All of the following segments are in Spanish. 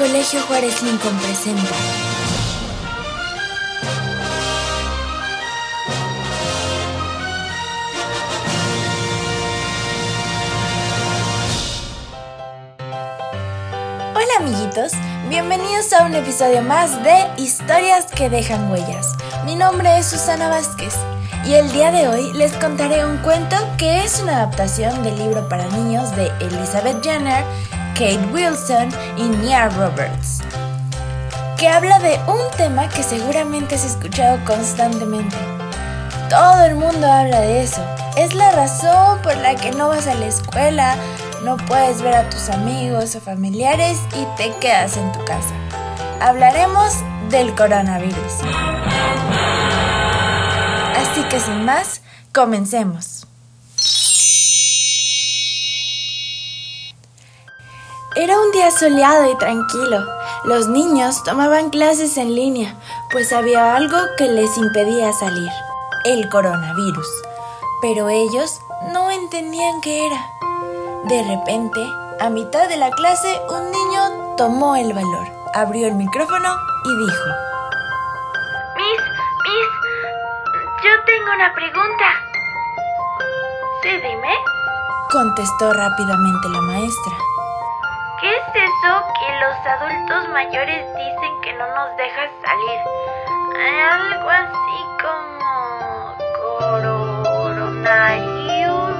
Colegio Juárez Lincoln presenta Hola amiguitos, bienvenidos a un episodio más de Historias que dejan huellas. Mi nombre es Susana Vázquez y el día de hoy les contaré un cuento que es una adaptación del libro para niños de Elizabeth Jenner, Kate Wilson y Nia Roberts, que habla de un tema que seguramente has escuchado constantemente. Todo el mundo habla de eso. Es la razón por la que no vas a la escuela, no puedes ver a tus amigos o familiares y te quedas en tu casa. Hablaremos del coronavirus. Así que sin más, comencemos. Era un día soleado y tranquilo. Los niños tomaban clases en línea, pues había algo que les impedía salir: el coronavirus. Pero ellos no entendían qué era. De repente, a mitad de la clase, un niño tomó el valor, abrió el micrófono y dijo: Miss, yo tengo una pregunta. ¿Sí, dime? Contestó rápidamente la maestra. ¿Qué es eso que los adultos mayores dicen que no nos deja salir? Algo así como coronavirus.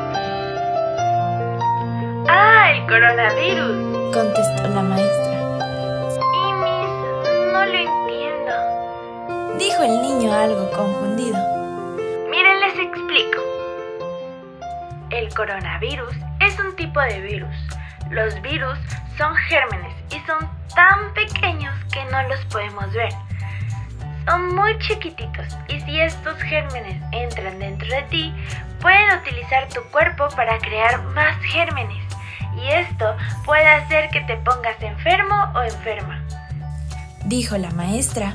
¡Ah, el coronavirus! Contestó la maestra. Y Miss, no lo entiendo. Dijo el niño algo confundido. Miren, les explico. El coronavirus es un tipo de virus. Los virus son gérmenes y son tan pequeños que no los podemos ver. Son muy chiquititos y si estos gérmenes entran dentro de ti, pueden utilizar tu cuerpo para crear más gérmenes. Y esto puede hacer que te pongas enfermo o enferma. Dijo la maestra.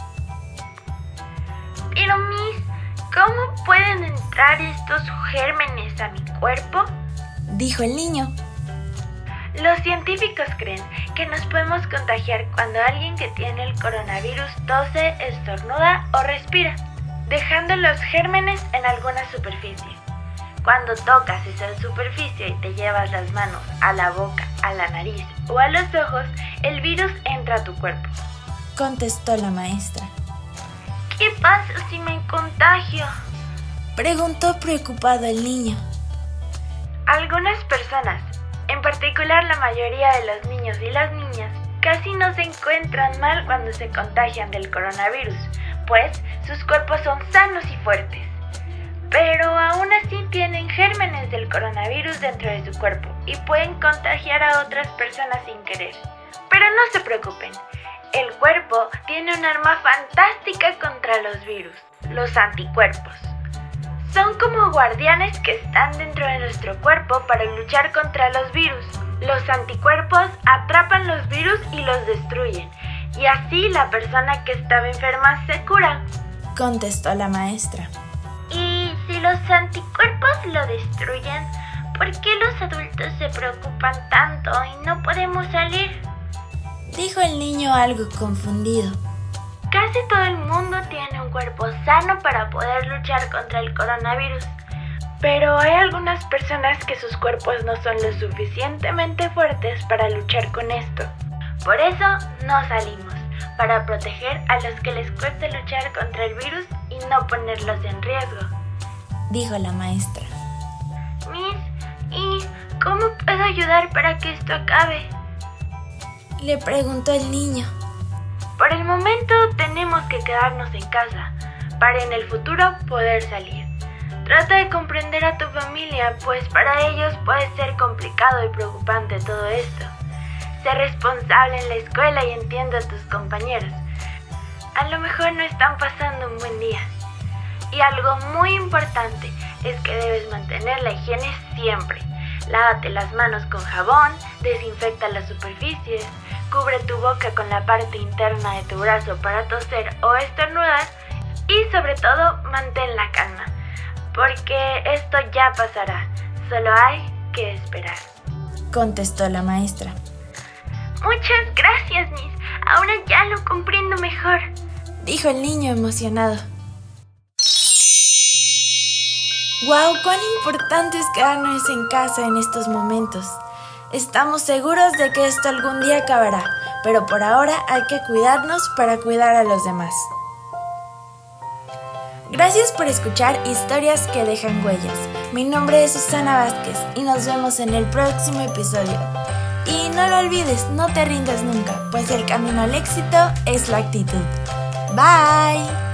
Pero Miss, ¿cómo pueden entrar estos gérmenes a mi cuerpo? Dijo el niño. Los científicos creen que nos podemos contagiar cuando alguien que tiene el coronavirus tose, estornuda o respira, dejando los gérmenes en alguna superficie. Cuando tocas esa superficie y te llevas las manos a la boca, a la nariz o a los ojos, el virus entra a tu cuerpo. Contestó la maestra. ¿Qué pasa si me contagio? Preguntó preocupado el niño. Algunas personas, en particular la mayoría de los niños y las niñas, casi no se encuentran mal cuando se contagian del coronavirus, pues sus cuerpos son sanos y fuertes. Pero aún así tienen gérmenes del coronavirus dentro de su cuerpo y pueden contagiar a otras personas sin querer. Pero no se preocupen, el cuerpo tiene un arma fantástica contra los virus: los anticuerpos. Son como guardianes que están dentro de nuestro cuerpo para luchar contra los virus. Los anticuerpos atrapan los virus y los destruyen, y así la persona que estaba enferma se cura. Contestó la maestra. Y si los anticuerpos lo destruyen, ¿por qué los adultos se preocupan tanto y no podemos salir? Dijo el niño algo confundido. Casi todo el mundo tiene un cuerpo sano para poder luchar contra el coronavirus. Pero hay algunas personas que sus cuerpos no son lo suficientemente fuertes para luchar con esto. Por eso no salimos, para proteger a los que les cuesta luchar contra el virus y no ponerlos en riesgo. Dijo la maestra. Miss, ¿y cómo puedo ayudar para que esto acabe? Le preguntó el niño. Por el momento tenemos que quedarnos en casa, para en el futuro poder salir. Trata de comprender a tu familia, pues para ellos puede ser complicado y preocupante todo esto. Sé responsable en la escuela y entiende a tus compañeros. A lo mejor no están pasando un buen día. Y algo muy importante es que debes mantener la higiene siempre. Lávate las manos con jabón, desinfecta las superficies, cubre tu boca con la parte interna de tu brazo para toser o estornudar y sobre todo mantén la calma, porque esto ya pasará, solo hay que esperar. Contestó la maestra. Muchas gracias, Miss. Ahora ya lo comprendo mejor, dijo el niño emocionado. ¡Wow! ¡Cuán importante es quedarnos en casa en estos momentos! Estamos seguros de que esto algún día acabará, pero por ahora hay que cuidarnos para cuidar a los demás. Gracias por escuchar Historias que dejan huellas. Mi nombre es Susana Vázquez y nos vemos en el próximo episodio. Y no lo olvides, no te rindas nunca, pues el camino al éxito es la actitud. Bye.